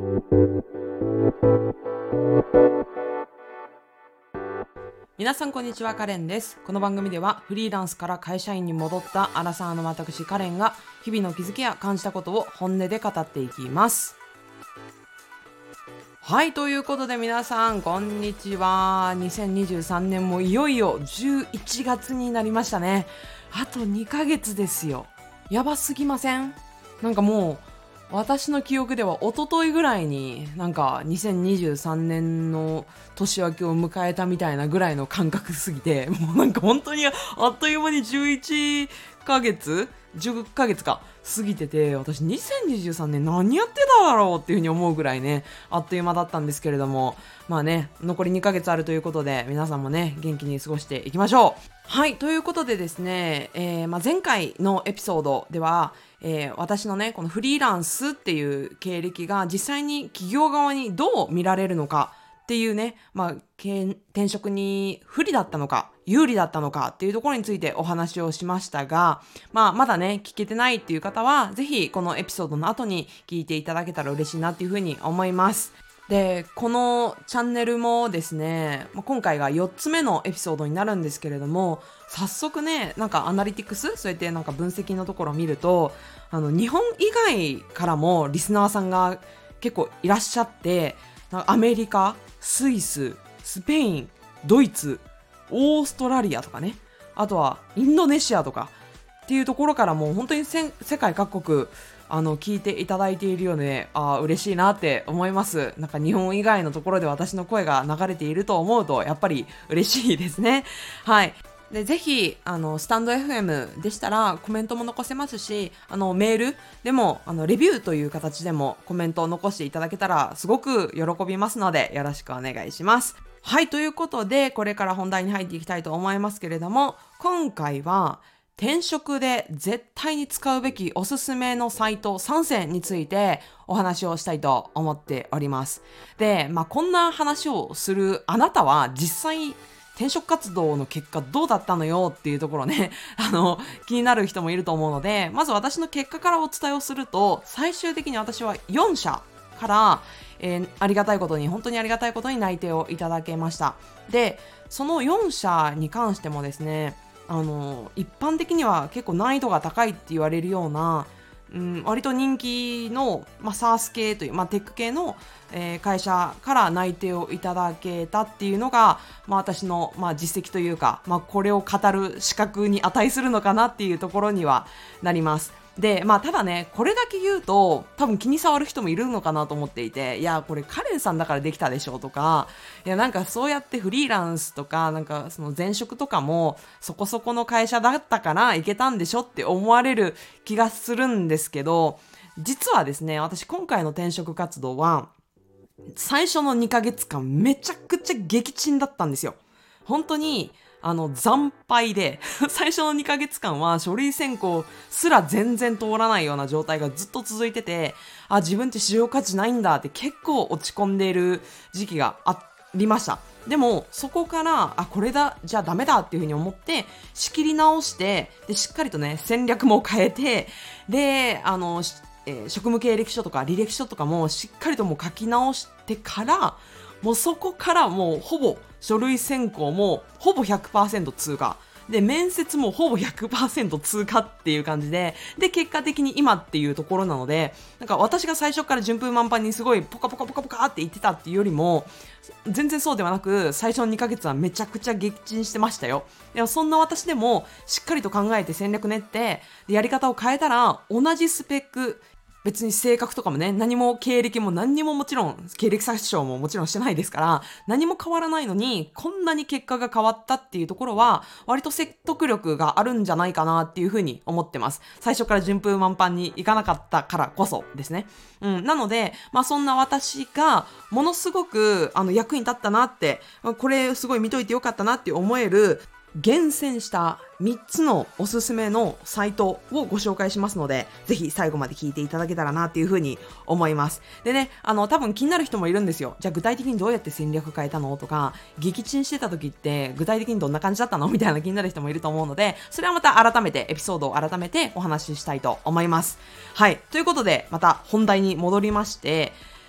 皆さんこんにちは、カレンです。この番組ではフリーランスから会社員に戻ったアラサーの私カレンが日々の気づきや感じたことを本音で語っていきます。はい、ということで皆さんこんにちは。2023年もいよいよ11月になりましたね。あと2ヶ月ですよ。やばすぎません？なんかもう私の記憶では一昨日ぐらいになんか2023年の年明けを迎えたみたいなぐらいの感覚すぎて、もうなんか本当にあっという間に11ヶ月10ヶ月か過ぎてて、私2023年何やってただろうっていうふうに思うぐらいね、あっという間だったんですけれども、まあね、残り2ヶ月あるということで皆さんもね元気に過ごしていきましょう。はい、ということでですね、前回のエピソードでは、私のねこのフリーランスっていう経歴が実際に企業側にどう見られるのかっていうね、転職に不利だったのか有利だったのかっていうところについてお話をしましたが、まだね聞けてないっていう方はぜひこのエピソードの後に聞いていただけたら嬉しいなっていうふうに思います。で、このチャンネルもですね、今回が4つ目のエピソードになるんですけれども、早速ね、なんかアナリティクス、そうやってなんか分析のところを見ると、日本以外からもリスナーさんが結構いらっしゃって、なんかアメリカ、スイス、スペイン、ドイツ、オーストラリアとかね、あとはインドネシアとかっていうところからも本当に世界各国聞いていただいているようで、嬉しいなって思います。なんか日本以外のところで私の声が流れていると思うとやっぱり嬉しいですね。はい。で、ぜひスタンド FM でしたらコメントも残せますし、メールでもレビューという形でもコメントを残していただけたらすごく喜びますのでよろしくお願いします。はい、ということでこれから本題に入っていきたいと思いますけれども、今回は転職で絶対に使うべきおすすめのサイト3選についてお話をしたいと思っております。で、こんな話をするあなたは実際転職活動の結果どうだったのよっていうところね、気になる人もいると思うので、まず私の結果からお伝えをすると、最終的に私は4社から、ありがたいことに、本当にありがたいことに内定をいただけました。で、その4社に関してもですね、一般的には結構難易度が高いって言われるような、割と人気の、SaaS 系という、テック系の、会社から内定をいただけたっていうのが、私の、実績というか、これを語る資格に値するのかなっていうところにはなります。で、ただね、これだけ言うと多分気に障る人もいるのかなと思っていて、いや、これカレンさんだからできたでしょとか、いや、なんかそうやってフリーランスとか、なんかその前職とかもそこそこの会社だったからいけたんでしょって思われる気がするんですけど、実はですね、私今回の転職活動は最初の2ヶ月間めちゃくちゃ激鎮だったんですよ。本当に惨敗で最初の2ヶ月間は書類選考すら全然通らないような状態がずっと続いてて、自分って市場価値ないんだって結構落ち込んでいる時期がありました。でもそこからこれだ、じゃあダメだっていうふうに思って仕切り直して、でしっかりとね戦略も変えて、で職務経歴書とか履歴書とかもしっかりともう書き直してから、もうそこからもうほぼ書類選考もほぼ 100% 通過で、面接もほぼ 100% 通過っていう感じで、で結果的に今っていうところなので、なんか私が最初から順風満帆にすごいポカポカポカポカって言ってたっていうよりも、全然そうではなく、最初の2ヶ月はめちゃくちゃ撃沈してましたよ。でもそんな私でもしっかりと考えて戦略練って、でやり方を変えたら同じスペック、別に性格とかもね、何も経歴も何にももちろん、経歴詐称ももちろんしてないですから、何も変わらないのに、こんなに結果が変わったっていうところは、割と説得力があるんじゃないかなっていうふうに思ってます。最初から順風満帆にいかなかったからこそですね。なので、そんな私が、ものすごく、役に立ったなって、これすごい見といてよかったなって思える、厳選した3つのおすすめのサイトをご紹介しますので、ぜひ最後まで聞いていただけたらなっていうふうに思います。でね、多分気になる人もいるんですよ。じゃあ具体的にどうやって戦略変えたのとか、撃沈してた時って具体的にどんな感じだったのみたいな気になる人もいると思うので、それはまた改めてエピソードを改めてお話ししたいと思います。はい。ということで、また本題に戻りまして、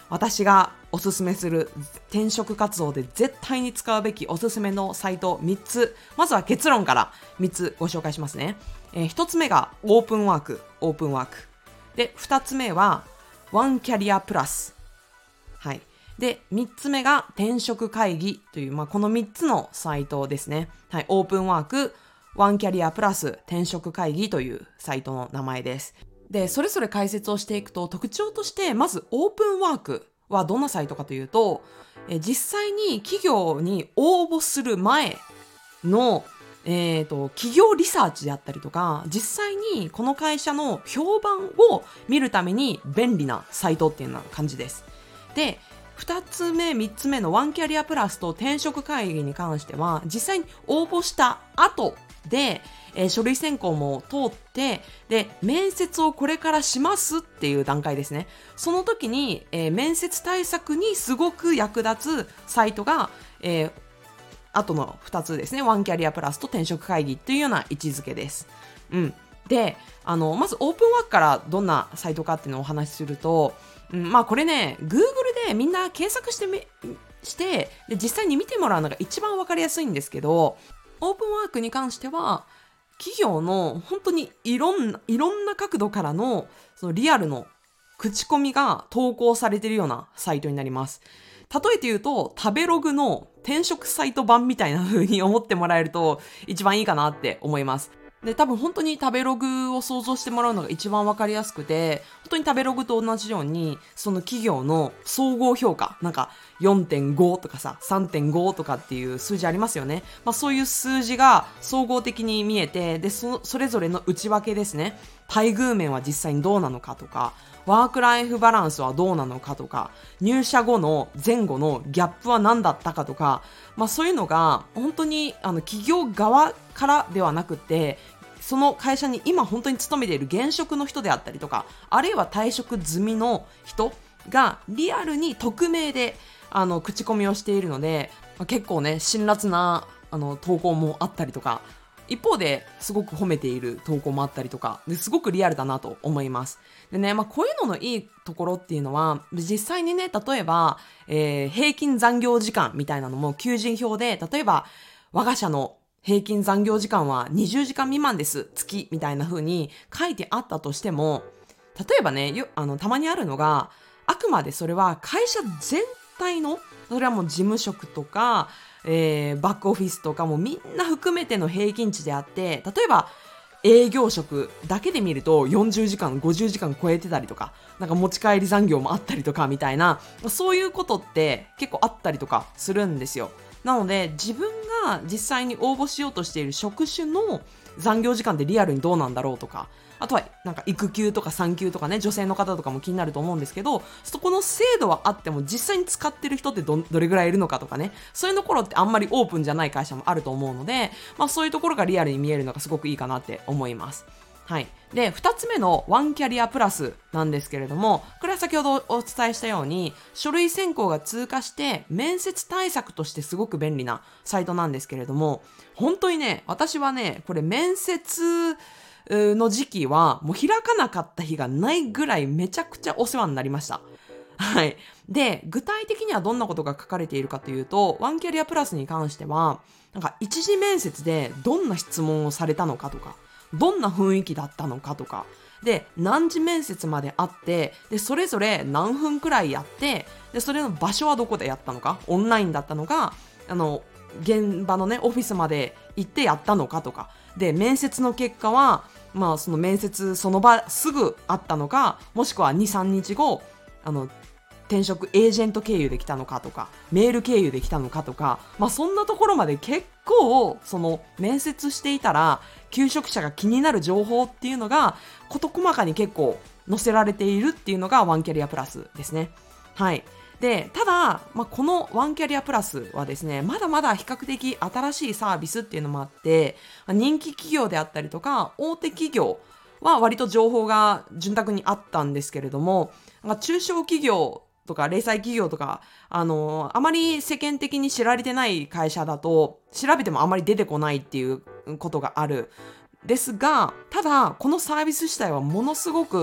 私がおすすめする転職活動で絶対に使うべきおすすめのサイト3つ。まずは結論から3つご紹介しますね。1つ目がオープンワーク。で、2つ目はワンキャリアプラス。はい。で、3つ目が転職会議という、この3つのサイトですね。はい。オープンワーク、ワンキャリアプラス、転職会議というサイトの名前です。で、それぞれ解説をしていくと、特徴として、まずオープンワークはどんなサイトかというと、実際に企業に応募する前の、企業リサーチであったりとか、実際にこの会社の評判を見るために便利なサイトっていうような感じです。で、2つ目、3つ目のワンキャリアプラスと転職会議に関しては、実際に応募した後で、書類選考も通って、で、面接をこれからしますっていう段階ですね。その時に、面接対策にすごく役立つサイトが、あとの2つですね。ワンキャリアプラスと転職会議というような位置づけです。で、まずオープンワークからどんなサイトかっていうのをお話しすると、これね、Google でみんな検索してで実際に見てもらうのが一番わかりやすいんですけど、オープンワークに関しては、企業の本当にいろんな角度からのそのリアルの口コミが投稿されているようなサイトになります。例えて言うと、食べログの転職サイト版みたいな風に思ってもらえると一番いいかなって思います。で、多分本当に食べログを想像してもらうのが一番わかりやすくて、本当に食べログと同じように、その企業の総合評価、なんか 4.5 とかさ、3.5 とかっていう数字ありますよね。そういう数字が総合的に見えて、で、それぞれの内訳ですね。待遇面は実際にどうなのかとか、ワークライフバランスはどうなのかとか、入社後の前後のギャップは何だったかとか、そういうのが本当に企業側からではなくて、その会社に今本当に勤めている現職の人であったりとか、あるいは退職済みの人がリアルに匿名で口コミをしているので、結構ね、辛辣な投稿もあったりとか、一方ですごく褒めている投稿もあったりとかですごくリアルだなと思います。でね、こういうののいいところっていうのは、実際にね、例えば、平均残業時間みたいなのも求人票で、例えば我が社の平均残業時間は20時間未満です月みたいな風に書いてあったとしても、例えばね、たまにあるのが、あくまでそれは会社全体の、それはもう事務職とかバックオフィスとかもみんな含めての平均値であって、例えば営業職だけで見ると40時間、50時間超えてたりとか、なんか持ち帰り残業もあったりとかみたいな、そういうことって結構あったりとかするんですよ。なので自分が実際に応募しようとしている職種の残業時間ってリアルにどうなんだろうとか、あとはなんか育休とか産休とかね、女性の方とかも気になると思うんですけど、そこの制度はあっても実際に使ってる人ってどれぐらいいるのかとかね、そういうところってあんまりオープンじゃない会社もあると思うので、そういうところがリアルに見えるのがすごくいいかなって思います。はい。で、2つ目のワンキャリアプラスなんですけれども、これは先ほどお伝えしたように、書類選考が通過して面接対策としてすごく便利なサイトなんですけれども、本当にね、私はね、これ面接の時期はもう開かなかった日がないぐらいめちゃくちゃお世話になりました。はい。で、具体的にはどんなことが書かれているかというと、ワンキャリアプラスに関しては、なんか一次面接でどんな質問をされたのかとか、どんな雰囲気だったのかとか、で、何時面接まであって、で、それぞれ何分くらいやって、で、それの場所はどこでやったのか、オンラインだったのか、現場のね、オフィスまで行ってやったのかとか、で、面接の結果は、その面接その場すぐあったのか、もしくは2、3日後、転職エージェント経由で来たのかとか、メール経由で来たのかとか、そんなところまで結構、その面接していたら、求職者が気になる情報っていうのが、事細かに結構載せられているっていうのがワンキャリアプラスですね。はい。で、ただ、このワンキャリアプラスはですね、まだまだ比較的新しいサービスっていうのもあって、人気企業であったりとか、大手企業は割と情報が潤沢にあったんですけれども、中小企業とか零細企業とか、あまり世間的に知られてない会社だと、調べてもあまり出てこないっていうことがある。ですが、ただ、このサービス自体はものすごく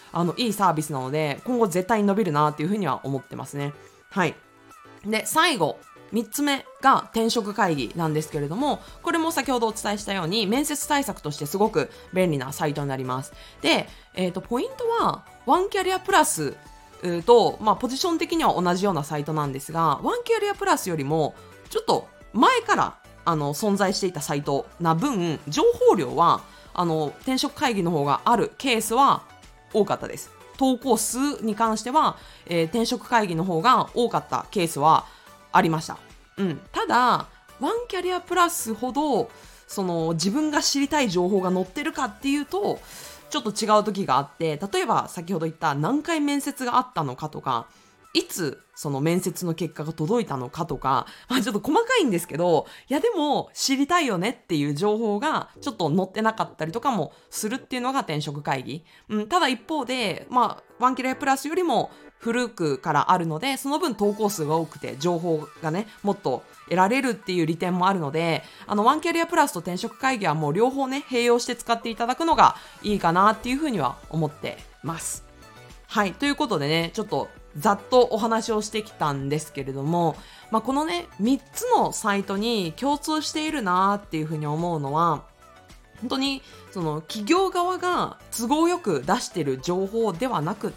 いいサービスなので、今後絶対に伸びるなっていうふうには思ってますね。はい。で、最後、3つ目が転職会議なんですけれども、これも先ほどお伝えしたように面接対策としてすごく便利なサイトになります。で、ポイントはワンキャリアプラスと、ポジション的には同じようなサイトなんですが、ワンキャリアプラスよりもちょっと前から存在していたサイトな分、情報量は転職会議の方があるケースは多かったです。投稿数に関しては、転職会議の方が多かったケースはありました。ただ、ワンキャリアプラスほど自分が知りたい情報が載ってるかっていうと、ちょっと違う時があって、例えば先ほど言った何回面接があったのかとか、いつその面接の結果が届いたのかとか、ちょっと細かいんですけど、いやでも知りたいよねっていう情報がちょっと載ってなかったりとかもするっていうのが転職会議。ただ一方で、ワンキャリアプラスよりも古くからあるので、その分投稿数が多くて情報がね、もっと得られるっていう利点もあるので、ワンキャリアプラスと転職会議はもう両方ね、併用して使っていただくのがいいかなっていうふうには思ってます。はい。ということでね、ちょっとざっとお話をしてきたんですけれども、このね、3つのサイトに共通しているなっていうふうに思うのは、本当に企業側が都合よく出している情報ではなくって、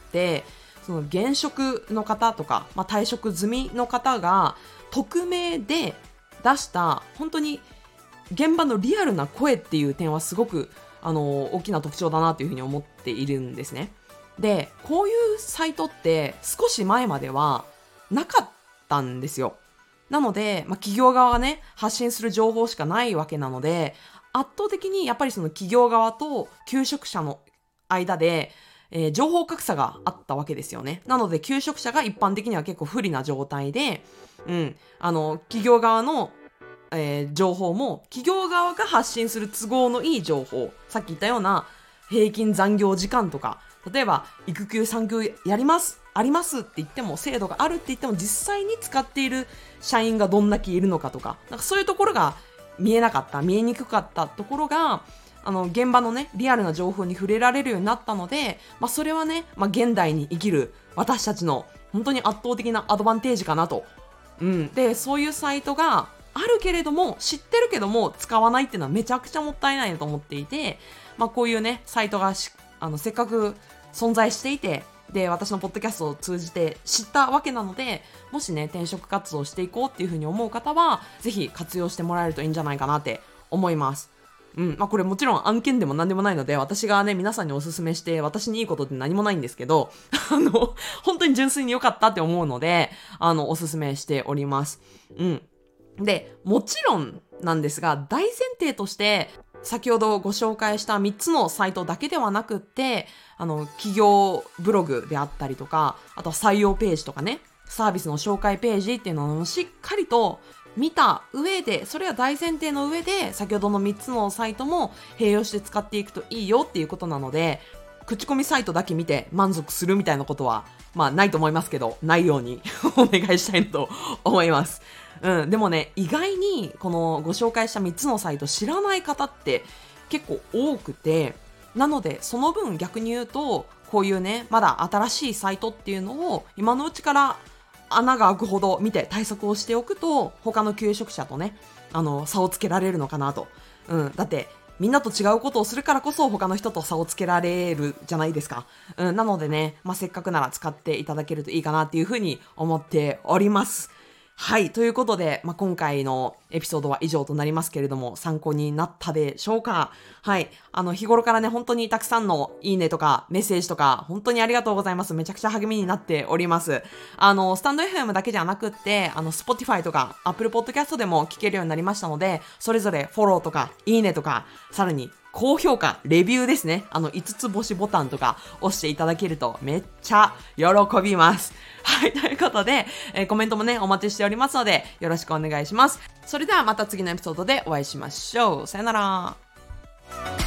現職の方とか、退職済みの方が匿名で出した本当に現場のリアルな声っていう点はすごく大きな特徴だなというふうに思っているんですね。で、こういうサイトって少し前まではなかったんですよ。なので、企業側がね、発信する情報しかないわけなので、圧倒的にやっぱり企業側と求職者の間で、情報格差があったわけですよね。なので、求職者が一般的には結構不利な状態で、企業側の情報も企業側が発信する都合のいい情報、さっき言ったような平均残業時間とか、例えば育休産休やりますありますって言っても、制度があるって言っても実際に使っている社員がどんだけいるのかとか、そういうところが見えにくかったところが、現場のね、リアルな情報に触れられるようになったので、それはね、現代に生きる私たちの本当に圧倒的なアドバンテージかなと。で、そういうサイトがあるけれども、知ってるけども使わないっていうのはめちゃくちゃもったいないなと思っていて、こういうね、サイトがせっかく存在していて、で、私のポッドキャストを通じて知ったわけなので、もしね、転職活動していこうっていうふうに思う方は、ぜひ活用してもらえるといいんじゃないかなって思います。これもちろん案件でも何でもないので、私がね、皆さんにおすすめして、私にいいことって何もないんですけど、本当に純粋に良かったって思うので、おすすめしております。で、もちろんなんですが、大前提として、先ほどご紹介した3つのサイトだけではなくって、企業ブログであったりとか、あとは採用ページとかね、サービスの紹介ページっていうのをしっかりと見た上で、それは大前提の上で、先ほどの3つのサイトも併用して使っていくといいよっていうことなので、口コミサイトだけ見て満足するみたいなことは、ないと思いますけど、ないようにお願いしたいなと思います。でもね、意外にこのご紹介した3つのサイト知らない方って結構多くて、なのでその分逆に言うと、こういうね、まだ新しいサイトっていうのを今のうちから穴が開くほど見て対策をしておくと、他の求職者とね、差をつけられるのかなと。だってみんなと違うことをするからこそ他の人と差をつけられるじゃないですか。なのでね、せっかくなら使っていただけるといいかなっていうふうに思っております。はい。ということで、今回のエピソードは以上となりますけれども、参考になったでしょうか？はい。日頃からね、本当にたくさんのいいねとかメッセージとか、本当にありがとうございます。めちゃくちゃ励みになっております。スタンド FM だけじゃなくって、Spotify とか Apple Podcast でも聞けるようになりましたので、それぞれフォローとか、いいねとか、さらに高評価、レビューですね。5つ星ボタンとか押していただけるとめっちゃ喜びます。はい。ということで、コメントもね、お待ちしておりますので、よろしくお願いします。それではまた次のエピソードでお会いしましょう。さよなら。